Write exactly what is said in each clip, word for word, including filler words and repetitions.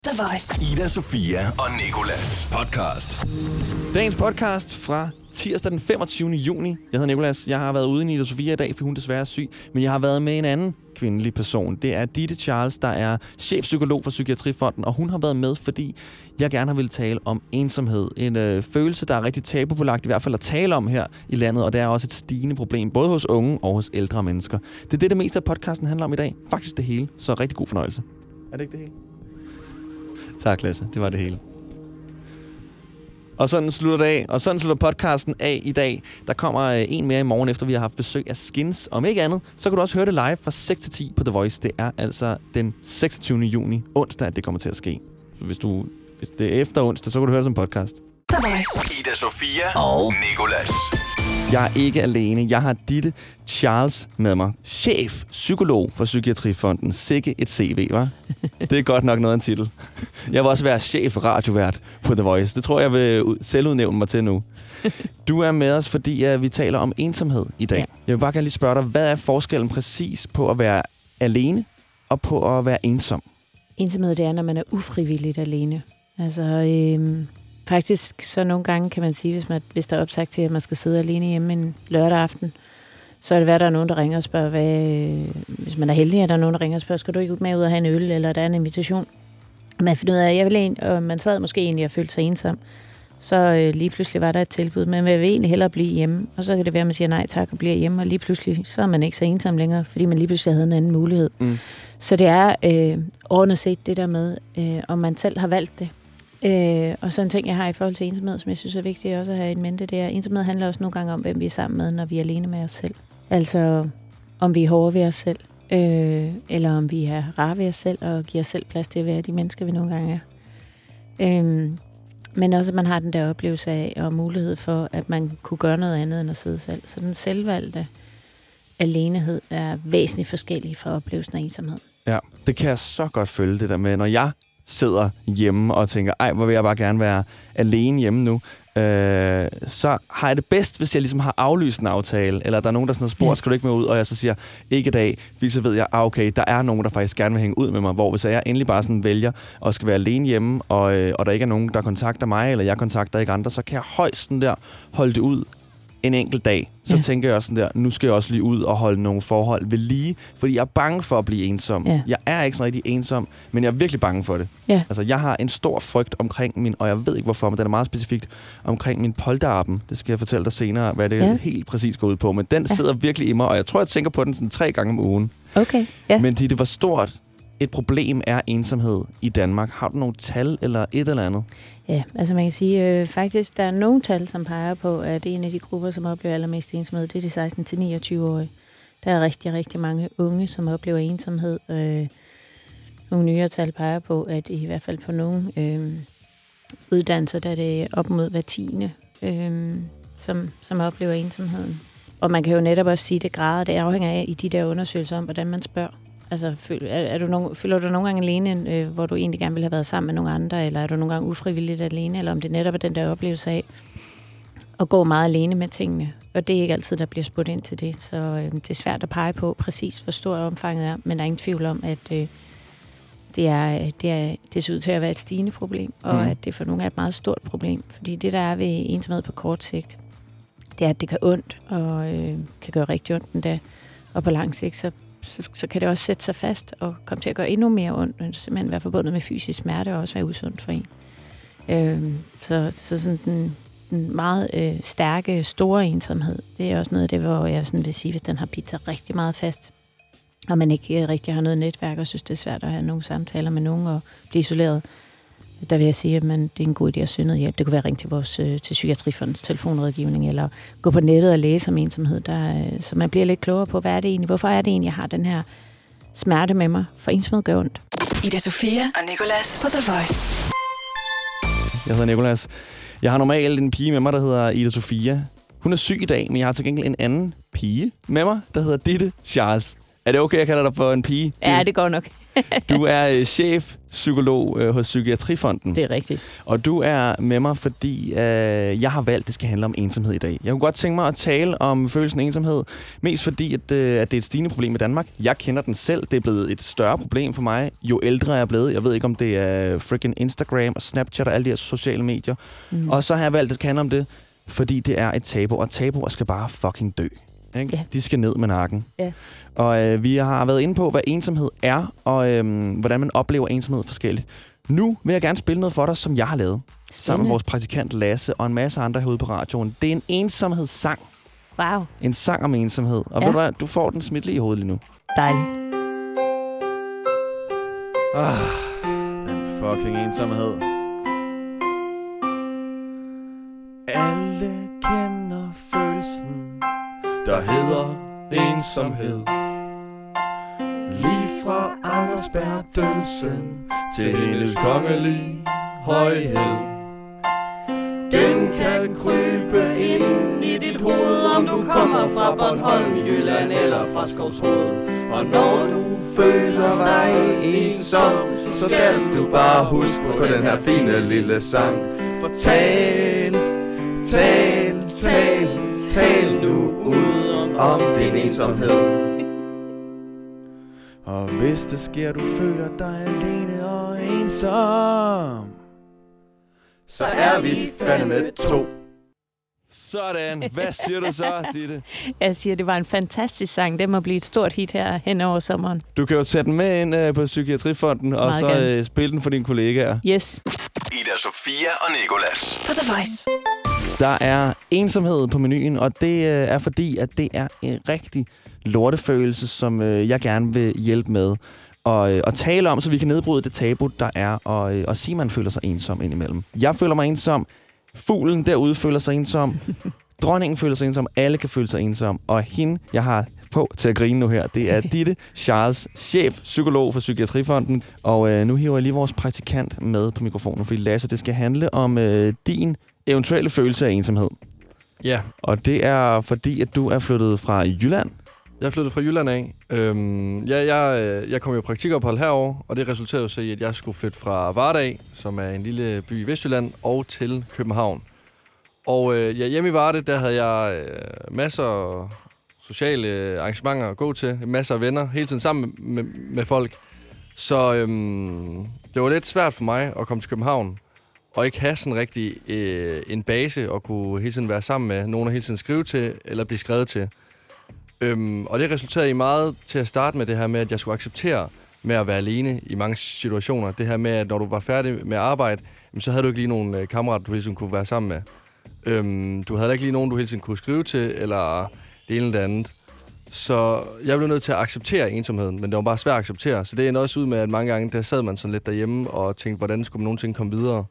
The Voice. Ida, Sofia og Nicolas podcast. Dagens podcast fra tirsdag den femogtyvende juni. Jeg hedder Nicolas. Jeg har været ude i Ida Sofia i dag, fordi hun desværre er syg. Men jeg har været med en anden kvindelig person. Det er Ditte Charles, der er chefpsykolog for Psykiatrifonden. Og hun har været med, fordi jeg gerne har ville tale om ensomhed. En øh, følelse, der er rigtig tabubelagt, i hvert fald at tale om her i landet. Og det er også et stigende problem, både hos unge og hos ældre mennesker. Det er det, det meste af podcasten handler om i dag. Faktisk det hele. Så rigtig god fornøjelse. Er det ikke det hele? Tak, Lasse. Det var det hele. Og sådan slutter det af. Og sådan slutter podcasten af i dag. Der kommer øh, en mere i morgen, efter vi har haft besøg af Skins. Om ikke andet, så kan du også høre det live fra seks til ti på The Voice. Det er altså den seksogtyvende juni, onsdag, at det kommer til at ske. Så hvis, du, hvis det er efter onsdag, så kan du høre det som podcast. The Voice. Ida, Sofia og Nicolas. Jeg er ikke alene. Jeg har Ditte Charles med mig. Chef, psykolog for Psykiatrifonden. Sikke et C V, hva'? Det er godt nok noget af en titel. Jeg vil også være chef radiovært på The Voice. Det tror jeg, jeg vil selvudnævne mig til nu. Du er med os, fordi ja, vi taler om ensomhed i dag. Ja. Jeg vil bare gerne lige spørge dig, hvad er forskellen præcis på at være alene og på at være ensom? Ensomhed, det er, når man er ufrivilligt alene. Altså, øhm, faktisk så nogle gange kan man sige, hvis, man, hvis der er opsagt til, at man skal sidde alene hjemme en lørdag aften, så er det værd, at der er nogen, der ringer og spørger, hvad, øh, hvis man er heldig, at der er nogen, der ringer og spørger, skal du ikke ud med ud og have en øl, eller der er en invitation? Man finder ud af, at jeg vil en, og man sad måske egentlig og følte sig ensom, så øh, lige pludselig var der et tilbud, men man vil egentlig hellere blive hjemme, og så kan det være, at man siger nej tak og bliver hjemme, og lige pludselig, så er man ikke så ensom længere, fordi man lige pludselig havde en anden mulighed. Mm. Så det er øh, ordnet set det der med, øh, om man selv har valgt det. Øh, og så en ting, jeg har i forhold til ensomhed, som jeg synes er vigtigt også at have i mente, det er, at ensomhed handler også nogle gange om, hvem vi er sammen med, når vi er alene med os selv. Altså, om vi er hårde ved os selv, øh, eller om vi er rare ved os selv, og giver os selv plads til at være de mennesker, vi nogle gange er. Øh, men også, at man har den der oplevelse af, og mulighed for, at man kunne gøre noget andet end at sidde selv. Så den selvvalgte alenehed er væsentligt forskellig fra oplevelsen af ensomhed. Ja, det kan jeg så godt følge, det der med, når jeg sidder hjemme og tænker, ej, hvor vil jeg bare gerne være alene hjemme nu, øh, så har jeg det bedst, hvis jeg ligesom har aflyst en aftale, eller der er nogen, der sådan har spurgt, ja. Skal du ikke med ud, og jeg så siger, ikke i dag, fordi så ved jeg, ah, okay, der er nogen, der faktisk gerne vil hænge ud med mig, hvor hvis jeg endelig bare sådan vælger at skal være alene hjemme, og, øh, og der ikke er nogen, der kontakter mig, eller jeg kontakter ikke andre, så kan jeg højst sådan der holde det ud en enkelt dag. Så ja. Tænker jeg også sådan der, nu skal jeg også lige ud og holde nogle forhold ved lige, fordi jeg er bange for at blive ensom. Ja. Jeg er ikke sådan rigtig ensom, men jeg er virkelig bange for det. Ja. Altså, jeg har en stor frygt omkring min, og jeg ved ikke hvorfor, men den er meget specifikt, omkring min polterappen. Det skal jeg fortælle dig senere, hvad det ja. Helt præcis går ud på. Men den ja. Sidder virkelig i mig, og jeg tror, jeg tænker på den sådan tre gange om ugen. Okay. Ja. Men det var stort et problem er ensomhed i Danmark. Har du nogle tal eller et eller andet? Ja, altså man kan sige, øh, faktisk der er nogle tal, som peger på, at en af de grupper, som oplever allermest ensomhed, det er de seksten til niogtyve-årige. Der er rigtig, rigtig mange unge, som oplever ensomhed. Øh, nogle nyere tal peger på, at i hvert fald på nogle øh, uddannelser, der er det op mod hver tiende, øh, som, som oplever ensomheden. Og man kan jo netop også sige, at det grader, det afhænger af i de der undersøgelser om, hvordan man spørger. Altså, føler, er du, nogen, føler du nogle gange alene, øh, hvor du egentlig gerne ville have været sammen med nogle andre, eller er du nogle gange ufrivilligt alene, eller om det netop er den der oplevelse af at gå meget alene med tingene. Og det er ikke altid, der bliver spurgt ind til det, så øh, det er svært at pege på præcis, hvor stort omfanget er, men der er ingen tvivl om, at øh, det, er, det, er, det ser ud til at være et stigende problem, og mm. at det for nogle er et meget stort problem. Fordi det, der er ved ensomhed på kort sigt, det er, at det kan ondt, og øh, kan gøre rigtig ondt endda, og på lang sigt, så Så, så kan det også sætte sig fast og komme til at gøre endnu mere ondt, og simpelthen være forbundet med fysisk smerte og også være usundt for en. Øhm, så, så sådan den, den meget øh, stærke, store ensomhed, det er også noget af det, hvor jeg sådan vil sige, hvis den har bidt sig rigtig meget fast, og man ikke øh, rigtig har noget netværk, og synes, det er svært at have nogle samtaler med nogen og blive isoleret, der vil jeg sige, at man, det er en god idé at søge noget hjælp. Det kunne være at ringe til, vores, til Psykiatrifondens telefonrådgivning, eller gå på nettet og læse om ensomhed, der, så man bliver lidt klogere på, hvad er det egentlig, hvorfor er det egentlig, jeg har den her smerte med mig, for ensomhed gør ondt. Ida Sofia og Nicolas på The Voice. Jeg hedder Nicolas. Jeg har normalt en pige med mig, der hedder Ida Sofia. Hun er syg i dag, men jeg har til gengæld en anden pige med mig, der hedder Ditte Charles. Er det okay, jeg kalder dig for en pige? Ja, det går nok. Du er øh, chefpsykolog øh, hos Psykiatrifonden. Det er rigtigt. Og du er med mig, fordi øh, jeg har valgt, at det skal handle om ensomhed i dag. Jeg kunne godt tænke mig at tale om følelsen af ensomhed, mest fordi, at, øh, at det er et stigende problem i Danmark. Jeg kender den selv. Det er blevet et større problem for mig, jo ældre jeg er blevet. Jeg ved ikke, om det er freaking Instagram og Snapchat og alle de her sociale medier. Mm. Og så har jeg valgt, at det skal handle om det, fordi det er et tabu, og tabuer skal bare fucking dø. Ikke? Ja. De skal ned med nakken. Ja. Og øh, vi har været inde på, hvad ensomhed er, og øh, hvordan man oplever ensomhed forskelligt. Nu vil jeg gerne spille noget for dig, som jeg har lavet. Spændende. Sammen med vores praktikant Lasse og en masse andre herude på radioen. Det er en ensomhedssang. Wow. En sang om ensomhed. Og ja. ved du hvad, du får den smidt lige i hovedet lige nu. Dejligt. Ah, den fucking ensomhed. Alle kender følelsen, der hedder ensomhed. Lige fra Anders Bertelsen til hendes kongelige højhed. Den kan krybe ind i dit hoved, om du kommer fra Bornholm, Jylland eller fra Skovshoved. Og når du føler dig ensom, så skal du bare huske på den her fine lille sang. Fortal, tal, tal, tal nu ud om din ensomhed. Og hvis det sker, du føler dig alene og ensom, så er vi fandme to. Sådan. Hvad siger du så, Ditte? Jeg siger, det var en fantastisk sang. Det må blive et stort hit her hen over sommeren. Du kan jo tage den med ind uh, på Psykiatrifonden, og så uh, spille den for dine kollegaer. Yes. Ida Sofia og Nicolas. På The Voice. Der er ensomhed på menuen, og det uh, er fordi, at det er en rigtig lortefølelse, som uh, jeg gerne vil hjælpe med og, og tale om, så vi kan nedbryde det tabu, der er, og, og sige, at man føler sig ensom indimellem. Jeg føler mig ensom. Fuglen derude føler sig ensom. Dronningen føler sig ensom. Alle kan føle sig ensom. Og hende, jeg har på til at grine nu her, det er Ditte Charles, chef psykolog for Psykiatrifonden. Og øh, nu hiver jeg lige vores praktikant med på mikrofonen, fordi Lasse, det skal handle om øh, din eventuelle følelse af ensomhed. Ja. Og det er fordi, at du er flyttet fra Jylland. Jeg er flyttet fra Jylland af. Øhm, jeg, jeg, jeg kom jo i praktikophold herovre, og det resulterede jo så i, at jeg skulle flytte fra Varde, som er en lille by i Vestjylland, og til København. Og øh, ja, hjemme i Varde, der havde jeg øh, masser af sociale arrangementer at gå til, masser af venner, hele tiden sammen med, med, med folk. Så øhm, det var lidt svært for mig at komme til København, og ikke have sådan rigtig øh, en base, og kunne hele tiden være sammen med nogen, og hele tiden skrive til, eller blive skrevet til. Øhm, og det resulterede i meget til at starte med det her med, at jeg skulle acceptere med at være alene i mange situationer. Det her med, at når du var færdig med arbejde, så havde du ikke lige nogen øh, kammerater, du hele tiden kunne være sammen med. Øhm, du havde ikke lige nogen, du hele tiden kunne skrive til, eller det ene eller det andet. Så jeg blev nødt til at acceptere ensomheden, men det var bare svært at acceptere. Så det endte også ud med, at mange gange, der sad man sådan lidt derhjemme og tænkte, hvordan skulle man nogensinde komme videre?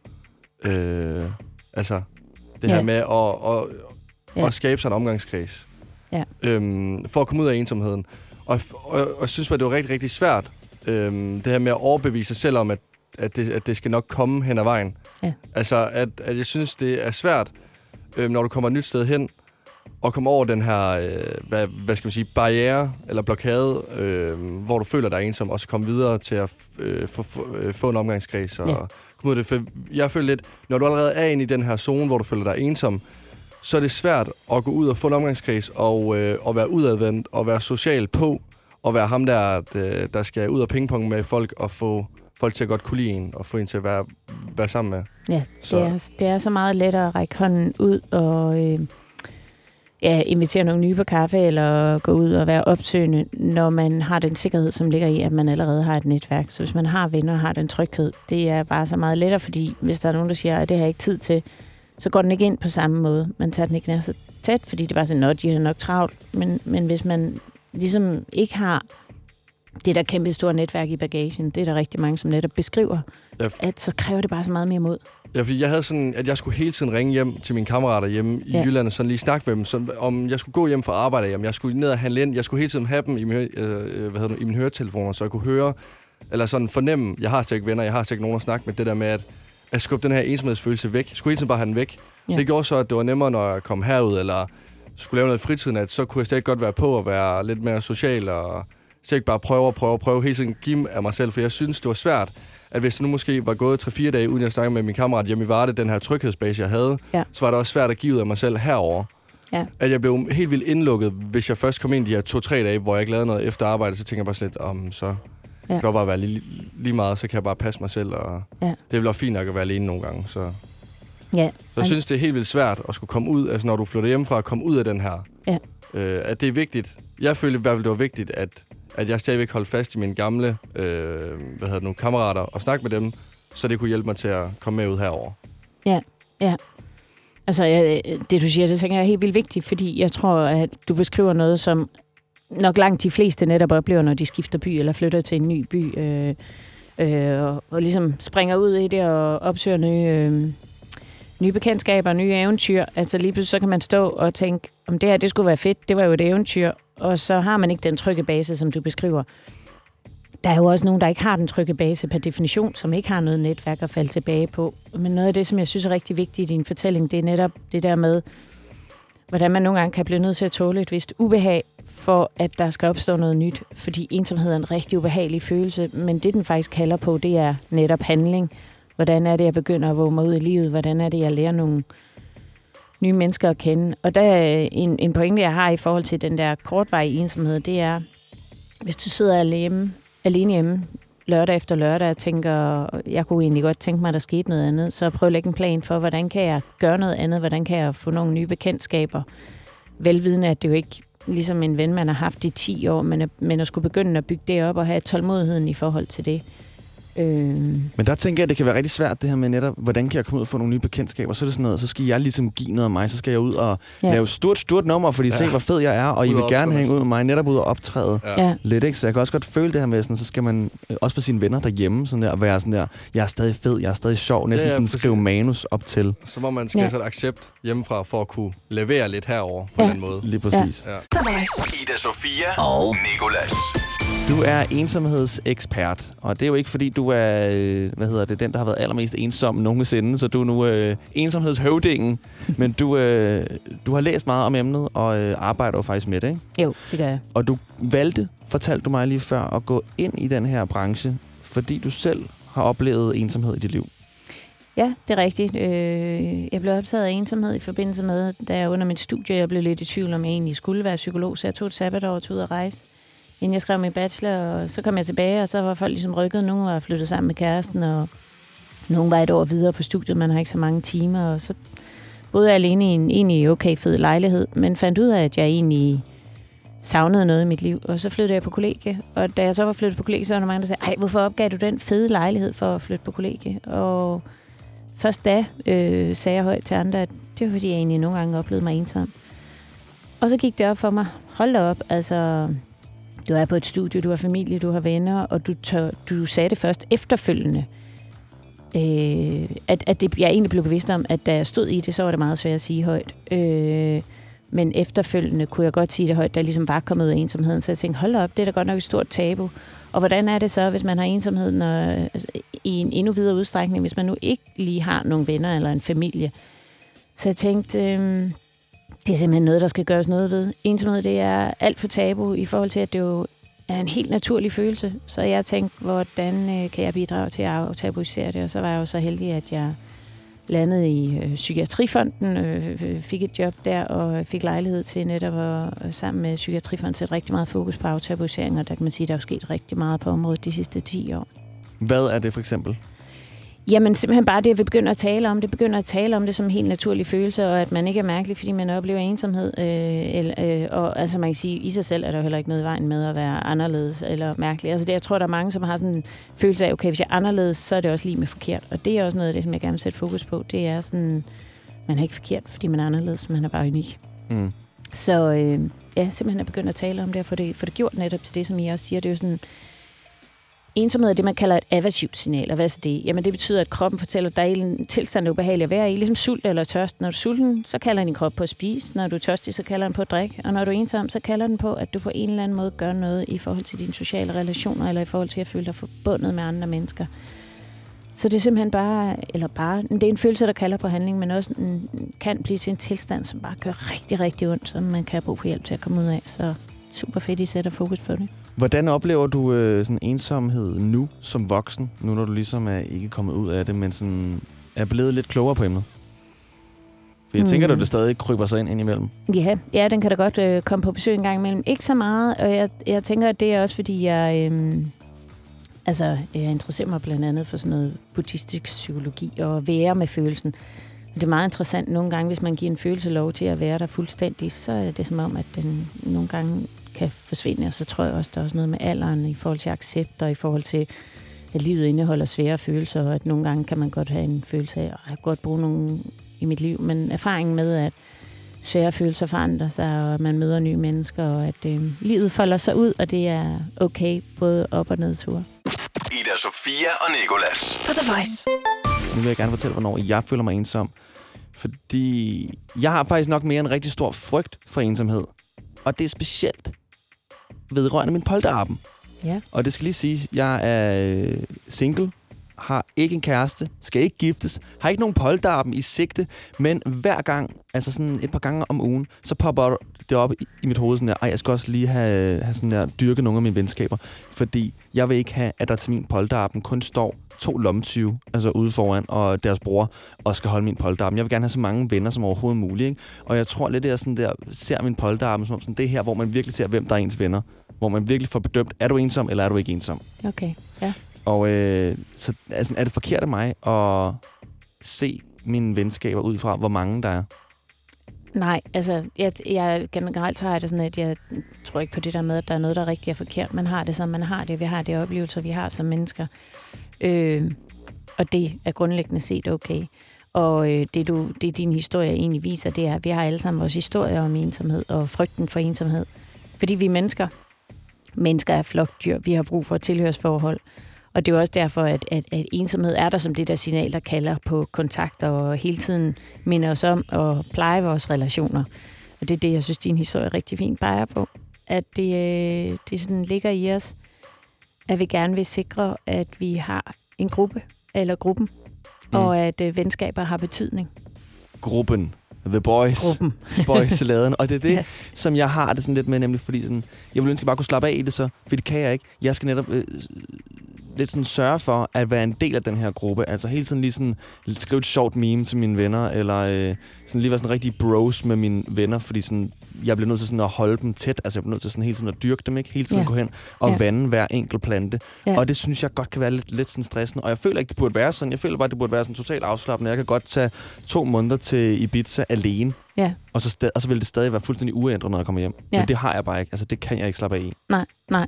Øh, altså, det ja. her med at, at, ja. at skabe sig en omgangskreds. Ja. Øhm, for at komme ud af ensomheden. Og, og, og jeg synes, at det var rigtig, rigtig svært. Øhm, det her med at overbevise sig selv om, at, at, det, at det skal nok komme hen ad vejen. Ja. Altså, at, at jeg synes, det er svært, øhm, når du kommer et nyt sted hen, og komme over den her, øh, hvad, hvad skal man sige, barriere eller blokade, øh, hvor du føler dig ensom, og så komme videre til at øh, få, øh, få en omgangskreds. Og ja. komme ud af det. For jeg føler lidt, når du allerede er inde i den her zone, hvor du føler dig ensom, så er det svært at gå ud og få en omgangskreds og, øh, og være udadvendt og være social på og være ham, der, der skal ud og pingpong med folk og få folk til at godt kunne lide en og få en til at være, være sammen med. Ja, det er, det er så meget lettere at række hånden ud og øh, ja, invitere nogle nye på kaffe eller gå ud og være opsøgende, når man har den sikkerhed, som ligger i, at man allerede har et netværk. Så hvis man har venner og har den tryghed, det er bare så meget lettere, fordi hvis der er nogen, der siger, at det har jeg ikke tid til, så går den ikke ind på samme måde. Man tager den ikke nær så tæt, fordi det var sådan, at de har nok travlt. Men, men hvis man ligesom ikke har det der kæmpe store netværk i bagagen, det er der rigtig mange, som netop beskriver, ja, f- at så kræver det bare så meget mere mod. Ja, fordi jeg havde sådan, at jeg skulle hele tiden ringe hjem til mine kammerater hjemme i ja. Jylland, og sådan lige snakke med dem, så, om jeg skulle gå hjem fra arbejde, om jeg skulle ned og handle ind, jeg skulle hele tiden have dem i, min, øh, hvad hedder det, i mine høretelefoner, så jeg kunne høre, eller sådan fornemme, jeg har sikkert venner, jeg har sikkert nogen at snakke med, det der med, at at skubbe den her ensomhedsfølelse væk. Jeg skulle hele tiden bare have den væk. Ja. Det gjorde så, at det var nemmere, når jeg kom herud, eller skulle lave noget i fritiden, at så kunne jeg stadig godt være på og være lidt mere social og Så jeg ikke bare prøve og prøve og prøve hele tiden give af mig selv, for jeg synes, det var svært, at hvis det nu måske var gået tre fire dage, uden jeg snakkede med min kammerat hjemme i Varde, den her tryghedsbase, jeg havde, ja. så var det også svært at give ud af mig selv herover. Ja. At jeg blev helt vildt indlukket, hvis jeg først kom ind de her to-tre dage, hvor jeg ikke lavede noget efter arbejde, så tænker jeg bare sådan lidt, om så ja. kan det bare være lige, lige meget, så kan jeg bare passe mig selv, og ja. det vil også fint nok at være alene nogle gange, så... Ja. Så jeg synes, det er helt vildt svært at skulle komme ud, altså når du flytter hjemmefra, at komme ud af den her. Ja. Øh, at det er vigtigt. Jeg følte i hvert fald, det var vigtigt, at, at jeg stadigvæk holdt fast i mine gamle øh, hvad hedder det nu, kammerater og snakke med dem, så det kunne hjælpe mig til at komme med ud herover. Ja, ja. Altså, jeg, det du siger, det tænker jeg er helt vildt vigtigt, fordi jeg tror, at du beskriver noget, som nok langt de fleste netop oplever, når de skifter by eller flytter til en ny by, øh, øh, og, og ligesom springer ud i det og opsøger nye... Øh, nye bekendtskaber, nye eventyr. Altså lige pludselig så kan man stå og tænke, om det her, det skulle være fedt, det var jo et eventyr, og så har man ikke den trygge base, som du beskriver. Der er jo også nogen, der ikke har den trygge base per definition, som ikke har noget netværk at falde tilbage på. Men noget af det, som jeg synes er rigtig vigtigt i din fortælling, det er netop det der med, hvordan man nogle gange kan blive nødt til at tåle et vist ubehag, for at der skal opstå noget nyt. Fordi ensomhed er en rigtig ubehagelig følelse, men det, den faktisk kalder på, det er netop handling. Hvordan er det, jeg begynder at våge mig ud i livet? Hvordan er det, jeg lærer nogle nye mennesker at kende? Og der er en, en pointe, jeg har i forhold til den der kortvarige ensomhed, det er, hvis du sidder alene, alene hjemme lørdag efter lørdag og tænker, jeg kunne egentlig godt tænke mig, at der skete noget andet, så prøv at lægge en plan for, hvordan kan jeg gøre noget andet? Hvordan kan jeg få nogle nye bekendtskaber? Velvidende, at det jo ikke ligesom en ven, man har haft i ti år, men at, men at skulle begynde at bygge det op og have tålmodigheden i forhold til det. Men der tænker jeg, at det kan være rigtig svært, det her med netop, hvordan kan jeg komme ud og få nogle nye bekendtskaber? Så er det sådan noget, så skal jeg ligesom give noget af mig, så skal jeg ud og ja. lave stort, stort nummer, fordi ja. se, hvor fed jeg er, og I vil gerne hænge ud med mig, netop ud og optræde ja. lidt, ikke? Så jeg kan også godt føle det her med, sådan, så skal man også for sine venner derhjemme, sådan der, være sådan der, jeg er stadig fed, jeg er stadig sjov, næsten ja, ja, sådan skrive manus op til. Så må man skal ja. så et accept hjemmefra, for at kunne levere lidt herover på ja. den måde. Lige præcis. Ja. Ja. Ida Sofia og Nicolas. Du er ensomhedsekspert, og det er jo ikke fordi, du er, hvad hedder det, den, der har været allermest ensom nogensinde, så du er nu øh, ensomhedshøvdingen, men du, øh, du har læst meget om emnet og øh, arbejder jo faktisk med det, ikke? Jo, det gør jeg. Og du valgte, fortalte du mig lige før, at gå ind i den her branche, fordi du selv har oplevet ensomhed i dit liv. Ja, det er rigtigt. Jeg blev optaget af ensomhed i forbindelse med, da jeg under mit studie, jeg blev lidt i tvivl om, jeg egentlig skulle være psykolog, så jeg tog et sabbatår og tog ud at rejse, inden jeg skrev min bachelor, og så kom jeg tilbage, og så var folk ligesom rykket. Nogle var flyttet sammen med kæresten, og nogle var et år videre på studiet, man har ikke så mange timer, og så boede jeg alene i en egentlig okay fed lejlighed, men fandt ud af, at jeg egentlig savnede noget i mit liv, og så flyttede jeg på kollegie, og da jeg så var flyttet på kollegie, så var der mange, der sagde, ej, hvorfor opgav du den fede lejlighed for at flytte på kollegie? Og først da øh, sagde jeg højt til andre, at det var fordi, jeg egentlig nogle gange oplevede mig ensom. Og så gik det op for mig, hold da op, altså... Du er på et studie, du har familie, du har venner, og du, tør, du sagde det først efterfølgende. Øh, at, at det, jeg egentlig blev bevidst om, at da jeg stod i det, så var det meget svært at sige højt. Øh, men efterfølgende kunne jeg godt sige det højt, da jeg ligesom var kommet ud af ensomheden. Så jeg tænkte, hold op, det er da godt nok et stort tabu. Og hvordan er det så, hvis man har ensomhed når, altså, i en endnu videre udstrækning, hvis man nu ikke lige har nogle venner eller en familie? Så jeg tænkte... Øh, Det er simpelthen noget, der skal gøres noget ved. Ensomhed, det er alt for tabu i forhold til, at det jo er en helt naturlig følelse. Så jeg tænkte, hvordan kan jeg bidrage til at aftabuisere det? Og så var jeg jo så heldig, at jeg landede i øh, Psykiatrifonden, øh, fik et job der og fik lejlighed til netop at sammen med Psykiatrifonden sætte rigtig meget fokus på aftabuisering. Og der kan man sige, at der er jo sket rigtig meget på området de sidste ti år. Hvad er det for eksempel? Jamen simpelthen bare det, at vi begynder at tale om det, begynder at tale om det som en helt naturlig følelse, og at man ikke er mærkelig, fordi man oplever ensomhed. Øh, eller, øh, og altså man kan sige, i sig selv er der jo heller ikke noget i vejen med at være anderledes eller mærkelig. Altså det, jeg tror, der er mange, som har sådan en følelse af, okay, hvis jeg er anderledes, så er det også lige med forkert. Og det er også noget af det, som jeg gerne vil sætte fokus på. Det er sådan, man er ikke forkert, fordi man er anderledes, man er bare unik. Mm. Så øh, ja, simpelthen at begynde at tale om det, og få det, få det gjort netop til det, som I også siger. Det er jo sådan... Ensomhed er det, man kalder et aversivt signal. Og hvad er så det? Jamen det betyder, at kroppen fortæller dig en tilstand, der er ubehagelig at være i. Ligesom sult eller tørst. Når du er sulten, så kalder din krop på at spise. Når du er tørstig, så kalder den på at drikke. Og når du er ensom, så kalder den på, at du på en eller anden måde gør noget i forhold til dine sociale relationer, eller i forhold til at føle dig forbundet med andre mennesker. Så det er simpelthen bare, eller bare, det er en følelse, der kalder på handling, men også en, kan blive til en tilstand, som bare gør rigtig, rigtig ondt, som man kan have brug for hjælp til at komme ud af. Så super fedt, I sætter fokus på det. Hvordan oplever du øh, sådan ensomhed nu som voksen, nu når du ligesom er ikke kommet ud af det, men sådan er blevet lidt klogere på emnet? For jeg mm. tænker, at det stadig kryber sig ind indimellem. Ja, ja, den kan da godt øh, komme på besøg en gang imellem. Ikke så meget, og jeg, jeg tænker, at det er også, fordi jeg, øh, altså, jeg interesserer mig blandt andet for sådan noget buddhistisk psykologi og være med følelsen. Det er meget interessant nogle gange, hvis man giver en følelse lov til at være der fuldstændig, så er det som om, at den nogle gange kan forsvinde. Og så tror jeg også, der er også noget med alderen i forhold til accept og i forhold til, at livet indeholder svære følelser, og at nogle gange kan man godt have en følelse af, at jeg kan godt bruge nogle i mit liv, men erfaringen med, at svære følelser forandrer sig, og man møder nye mennesker, og at øh, livet folder sig ud, og det er okay, både op- og nedture. Ida Sofia og Nicolas. På The Voice. Nu vil jeg gerne fortælle, hvornår jeg føler mig ensom. Fordi jeg har faktisk nok mere en rigtig stor frygt for ensomhed. Og det er specielt vedrørende min polterappen. Ja. Og det skal lige sige, jeg er single, har ikke en kæreste, skal ikke giftes, har ikke nogen polterappen i sigte, men hver gang, altså sådan et par gange om ugen, så popper det op i, i mit hoved sådan der, ej, jeg skal også lige have, have sådan der, dyrket nogle af mine venskaber, fordi jeg vil ikke have, at der til min polterappen kun står to lommetyve, altså ude foran, og deres bror, og skal holde min polterappen. Jeg vil gerne have så mange venner som overhovedet muligt, ikke? Og jeg tror lidt, at jeg sådan der, ser min polterappen som sådan det her, hvor man virkelig ser, hvem der er ens venner. Hvor man virkelig får bedømt, er du ensom, eller er du ikke ensom? Okay, ja. Og øh, så altså, er det forkert af mig at se mine venskaber ud fra, hvor mange der er? Nej, altså, jeg, jeg generelt har det sådan, at jeg tror ikke på det der med, at der er noget, der er rigtigt og forkert. Man har det, som man har det. Vi har det oplevelser, vi har som mennesker. Øh, og det er grundlæggende set okay. Og øh, det, du, det din historie egentlig viser, det er, at vi har alle sammen vores historier om ensomhed og frygten for ensomhed. Fordi vi er mennesker. Mennesker er flokdyr. Vi har brug for et tilhørsforhold. Og det er også derfor, at, at, at ensomhed er der som det der signal, der kalder på kontakt og hele tiden minder os om at pleje vores relationer. Og det er det, jeg synes, din historie rigtig fint peger på. At det, det sådan ligger i os, at vi gerne vil sikre, at vi har en gruppe, eller gruppen, mm. og at øh, venskaber har betydning. Gruppen. The Boys. Gruppen. Boys laden. Og det er det, ja. som jeg har det sådan lidt med, nemlig fordi sådan, jeg vil ønske, at jeg bare kunne slappe af i det så, for det kan jeg ikke. Jeg skal netop øh, lidt sådan sørge for at være en del af den her gruppe. Altså hele tiden lige sådan skrive et sjovt meme til mine venner, eller øh, sådan lige være sådan rigtig bros med mine venner, fordi sådan, jeg bliver nødt til sådan at holde dem tæt. Altså jeg bliver nødt til sådan hele tiden at dyrke dem, ikke? Hele tiden ja. gå hen og ja. vande hver enkelt plante. Ja. Og det synes jeg godt kan være lidt, lidt sådan stressende. Og jeg føler ikke, det burde være sådan. Jeg føler bare, det burde være sådan totalt afslappende. Jeg kan godt tage to måneder til Ibiza alene. Ja. Og, så sta- og så vil det stadig være fuldstændig uændret, når jeg kommer hjem. Ja. Men det har jeg bare ikke. Altså det kan jeg ikke slappe af i. Nej, nej.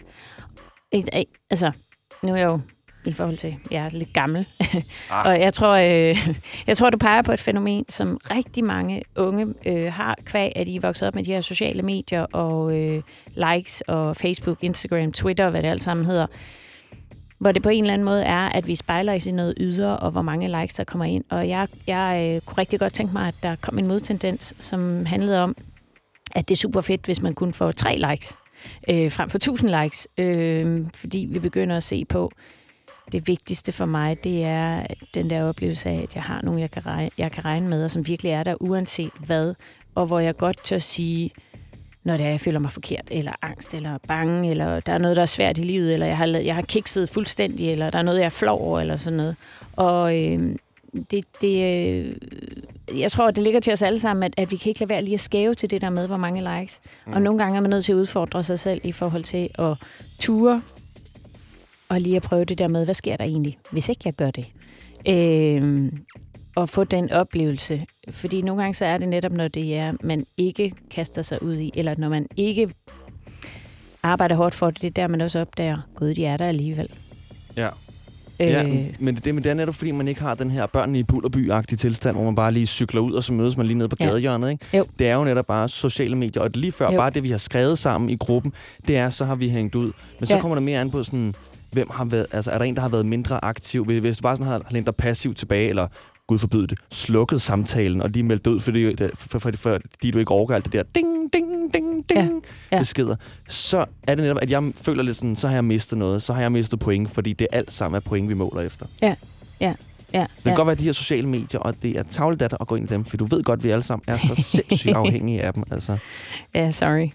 Altså, nu er jeg jo i forhold til, jeg er lidt gammel. Ah. Og jeg tror, øh, jeg tror, du peger på et fænomen, som rigtig mange unge øh, har, kvæg, at de er vokset op med de her sociale medier og øh, likes og Facebook, Instagram, Twitter, hvad det alt sammen hedder. Hvor det på en eller anden måde er, at vi spejler i noget ydre, og hvor mange likes, der kommer ind. Og jeg, jeg øh, kunne rigtig godt tænke mig, at der kom en modtendens, som handlede om, at det er super fedt, hvis man kun får tre likes, øh, frem for tusind likes. Øh, fordi vi begynder at se på, det vigtigste for mig, det er den der oplevelse af, at jeg har nogen, jeg kan regne, jeg kan regne med, og som virkelig er der, uanset hvad. Og hvor jeg godt tør sige, når det er, jeg føler mig forkert, eller angst, eller bange, eller der er noget, der er svært i livet, eller jeg har, jeg har kikset fuldstændig, eller der er noget, jeg er flov over, eller sådan noget. Og øh, det, det, øh, jeg tror, det ligger til os alle sammen, at, at vi kan ikke lade være lige at skæve til det der med, hvor mange likes. Mm. Og nogle gange er man nødt til at udfordre sig selv i forhold til at ture, og lige at prøve det der med, hvad sker der egentlig, hvis ikke jeg gør det? Øh, og få den oplevelse. Fordi nogle gange så er det netop, når det er, man ikke kaster sig ud i, eller når man ikke arbejder hårdt for det, det er der, man også opdager, gud, de er der alligevel. Ja. Øh, ja, men det, men det er netop, fordi man ikke har den her børnene i Bullerby-agtige tilstand, hvor man bare lige cykler ud, og så mødes man lige nede på ja. gadehjørnet, ikke? Jo. Det er jo netop bare sociale medier, og lige før jo. bare det, vi har skrevet sammen i gruppen, det er, så har vi hængt ud. Men så ja. kommer der mere an på sådan, hvem har været, altså er der en, der har været mindre aktiv? Hvis du bare sådan har lænt dig passivt tilbage, eller gud forbyde det, slukket samtalen, og lige meldt ud, fordi, for, for, for, fordi du ikke overgår alt det der ding, ding, ding, ding ja. Ja. beskeder, så er det netop, at jeg føler lidt sådan, så har jeg mistet noget, så har jeg mistet point, fordi det er alt sammen er point, vi måler efter. Ja, ja, ja. Det kan ja. godt være de her sociale medier, og det er tavledatter at gå ind i dem, for du ved godt, at vi alle sammen er så sindssygt afhængige af dem. Altså. Ja, sorry.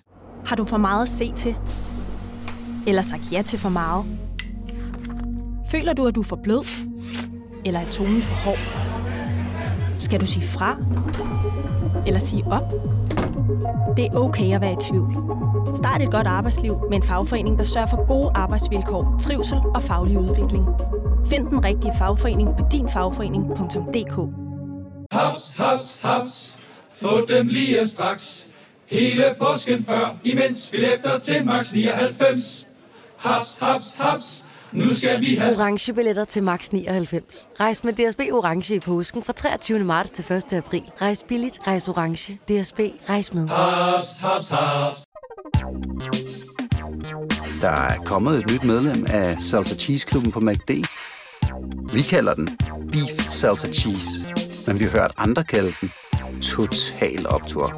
Har du for meget at se til? Eller sagt ja til for meget? Føler du, at du er for blød? Eller er tonen for hård? Skal du sige fra? Eller sige op? Det er okay at være i tvivl. Start et godt arbejdsliv med en fagforening, der sørger for gode arbejdsvilkår, trivsel og faglig udvikling. Find den rigtige fagforening på din fagforening punktum d k. Haps, haps, haps. Få dem lige straks. Hele påsken før, imens billetter til max nioghalvfems. Haps, haps, haps. Nu skal vi have orange billetter til max nioghalvfems. Rejs med D S B Orange i påsken fra treogtyvende marts til første april. Rejs billigt, rejs orange. D S B, rejs med. haps, haps, haps. Der er kommet et nyt medlem af Salsa Cheese Klubben på McD. Vi kalder den Beef Salsa Cheese, men vi har hørt andre kalde den Total Optur.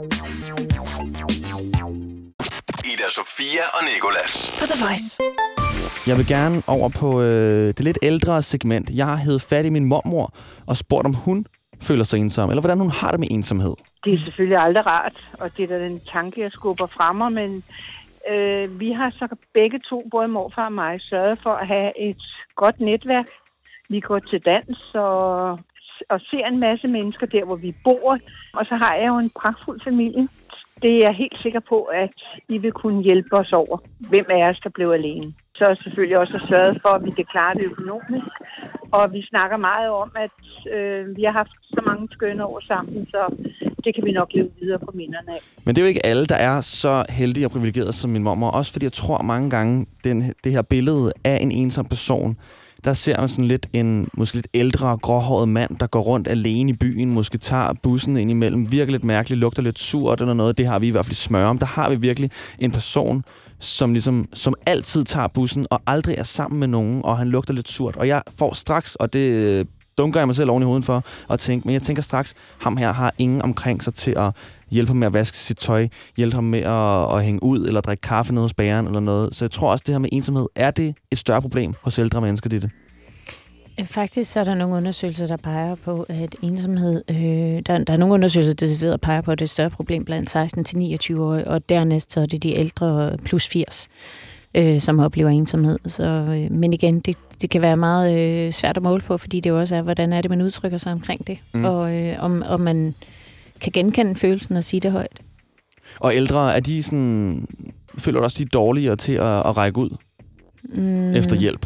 Ida Sofia og Nicolas. På The Voice. Jeg vil gerne over på øh, det lidt ældre segment. Jeg har hævet fat i min mormor og spurgt, om hun føler sig ensom, eller hvordan hun har det med ensomhed. Det er selvfølgelig aldrig rart, og det er da den tanke, jeg skubber frem mig, men øh, vi har så begge to, både morfar og mig, sørget for at have et godt netværk. Vi går til dans og, og ser en masse mennesker der, hvor vi bor, og så har jeg jo en pragtfuld familie. Det er jeg helt sikker på, at I vil kunne hjælpe os over, hvem af os, der blev alene. Så er selvfølgelig også sørget for, at vi kan klare det økonomisk. Og vi snakker meget om, at øh, vi har haft så mange skønne år sammen, så det kan vi nok leve videre på minderne af. Men det er jo ikke alle, der er så heldige og privilegerede som min mormor. Også fordi jeg tror mange gange, den, det her billede af en ensom person, der ser man sådan lidt en måske lidt ældre, gråhåret mand, der går rundt alene i byen, måske tager bussen ind imellem, virker lidt mærkeligt, lugter lidt surt eller noget. Det har vi i hvert fald i Smørum. Der har vi virkelig en person, som ligesom som altid tager bussen og aldrig er sammen med nogen, og han lugter lidt surt. Og jeg får straks, og det dunker jeg mig selv oven i hovedet for at tænke, men jeg tænker straks, ham her har ingen omkring sig til at hjælpe ham med at vaske sit tøj, hjælpe ham med at, at hænge ud eller drikke kaffe nede hos bageren eller noget. Så jeg tror også, det her med ensomhed, er det et større problem hos ældre mennesker, Ditte? Faktisk så er der nogle undersøgelser, der peger på, at ensomhed... Øh, der, der er nogle undersøgelser, der sidder og peger på, at det er et større problem blandt seksten til niogtyve-årige, og dernæst så er det de ældre plus firs, øh, som oplever ensomhed. Så, øh, men igen, det, det kan være meget øh, svært at måle på, fordi det også er, hvordan er det, man udtrykker sig omkring det, mm. og øh, om, om man kan genkende følelsen og sige det højt. Og ældre, er de sådan... Føler du også, de er dårligere til at, at række ud mm. efter hjælp?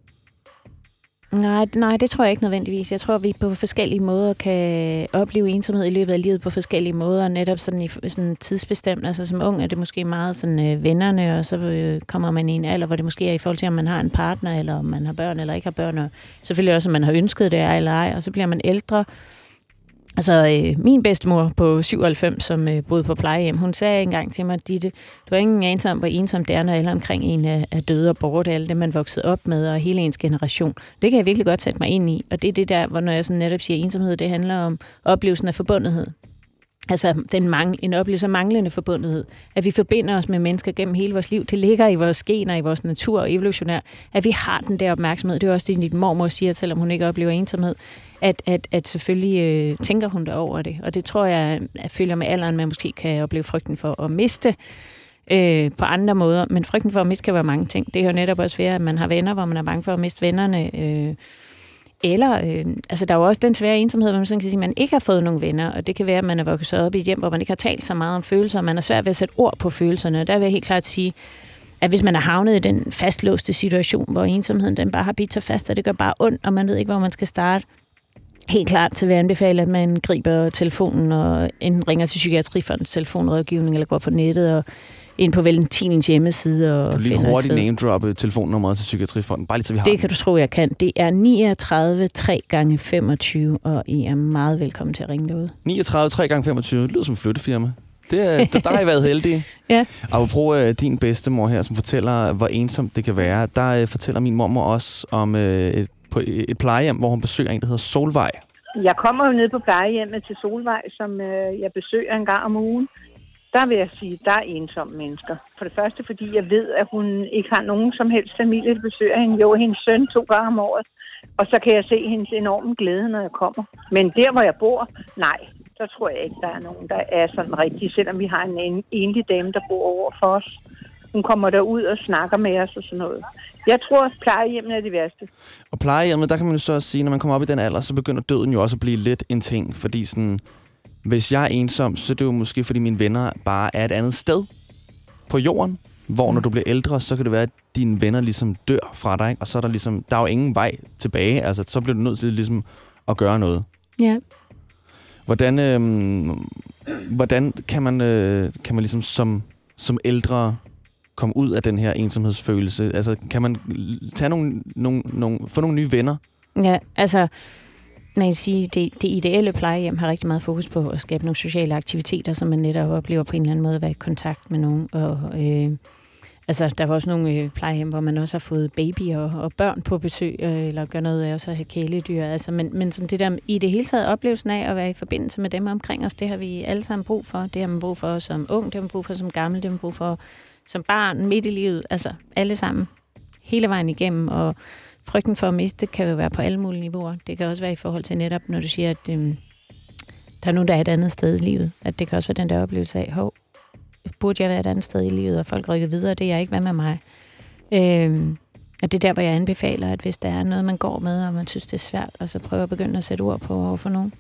Nej, nej, det tror jeg ikke nødvendigvis. Jeg tror, at vi på forskellige måder kan opleve ensomhed i løbet af livet på forskellige måder, netop sådan i sådan tidsbestemt. Altså som ung er det måske meget sådan øh, vennerne, og så øh, kommer man i en alder, hvor det måske er i forhold til, om man har en partner, eller om man har børn eller ikke har børn, og selvfølgelig også, om man har ønsket det eller ej, og så bliver man ældre. Altså, øh, min bedstemor på syvoghalvfems, som øh, boede på plejehjem, hun sagde engang til mig, Ditte, du har ingen anelse om, hvor ensom det er, når alle omkring en er, er døde og borte, alle det, man voksede op med, og hele ens generation. Det kan jeg virkelig godt sætte mig ind i, og det er det der, hvor når jeg sådan netop siger ensomhed, det handler om oplevelsen af forbundethed. Altså den mangel, en oplevelse af manglende forbundethed. At vi forbinder os med mennesker gennem hele vores liv. Det ligger i vores gener, i vores natur og evolutionært. At vi har den der opmærksomhed. Det er også det, din mormor siger, selvom hun ikke oplever ensomhed. At, at, at selvfølgelig øh, tænker hun derover det. Og det tror jeg, at følger med alderen, man måske kan opleve frygten for at miste øh, på andre måder. Men frygten for at miste kan være mange ting. Det er jo netop også ved, at man har venner, hvor man er bange for at miste vennerne. Øh, Eller, øh, altså der er jo også den svære ensomhed, hvor man sådan kan sige, at man ikke har fået nogen venner, og det kan være, at man er vokset op i et hjem, hvor man ikke har talt så meget om følelser, og man er svært ved at sætte ord på følelserne. Og der vil jeg helt klart sige, at hvis man er havnet i den fastlåste situation, hvor ensomheden den bare har bidt sig fast, og det gør bare ondt, og man ved ikke, hvor man skal starte, helt klart til at anbefale, at man griber telefonen og enten ringer til Psykiatrifondens telefonrådgivning, eller går på nettet og ind på Valentinens hjemmeside. Og kan du lige hurtigt name-droppe telefonnummeret til Psykiatrifonden? Bare lige så vi har det den. Kan du tro, jeg kan. Det er niogtredive tre gange femogtyve, og I er meget velkommen til at ringe derude. niogtredive tre gange femogtyve, det lyder som flyttefirma. Det er, der, der har I været heldige. Ja. Og apropos uh, din bedstemor her, som fortæller, hvor ensomt det kan være, der uh, fortæller min mormor også om uh, et, på et plejehjem, hvor hun besøger en, der hedder Solvej. Jeg kommer jo ned på plejehjemmet til Solvej, som øh, jeg besøger en gang om ugen. Der vil jeg sige, at der er ensomme mennesker. For det første, fordi jeg ved, at hun ikke har nogen som helst familie, der besøger hende. Jo, hendes søn to gange om året. Og så kan jeg se hendes enorme glæde, når jeg kommer. Men der, hvor jeg bor, nej. der tror jeg ikke, der er nogen, der er sådan rigtig, selvom vi har en, en enlig dame, der bor over for os. Hun kommer derud og snakker med os og sådan noget. Jeg tror, at plejehjemmet er det værste. Og plejehjemmet, der kan man jo så også sige, når man kommer op i den alder, så begynder døden jo også at blive lidt en ting. Fordi sådan, hvis jeg er ensom, så er det jo måske, fordi mine venner bare er et andet sted på jorden. Hvor når du bliver ældre, så kan det være, at dine venner ligesom dør fra dig. Ikke? Og så er der ligesom, der er jo ingen vej tilbage. Altså, så bliver du nødt til ligesom at gøre noget. Ja. Hvordan, øh, hvordan kan man, øh, kan man ligesom som, som ældre komme ud af den her ensomhedsfølelse? Altså, kan man tage nogle, nogle, nogle, få nogle nye venner? Ja, altså, man kan sige, det, det ideelle plejehjem har rigtig meget fokus på at skabe nogle sociale aktiviteter, som man netop oplever på en eller anden måde at være i kontakt med nogen. Og, øh, altså, der var også nogle øh, plejehjem, hvor man også har fået babyer og, og børn på besøg, øh, eller gør noget af også at have kæledyr. Altså, men, men sådan det der, i det hele taget oplevelsen af at være i forbindelse med dem omkring os, det har vi alle sammen brug for. Det har man brug for som ung, det har man brug for som gammel, det har man brug for som barn, midt i livet. Altså, alle sammen. Hele vejen igennem, og frygten for at miste kan jo være på alle mulige niveauer. Det kan også være i forhold til netop, når du siger, at øhm, der er nogen, der er et andet sted i livet. At det kan også være den der oplevelse af, hov, burde jeg være et andet sted i livet, og folk rykker videre, det er jeg ikke, hvad med mig. Øhm, og det er der, hvor jeg anbefaler, at hvis der er noget, man går med, og man synes, det er svært, og så prøver at begynde at sætte ord på over for nogen.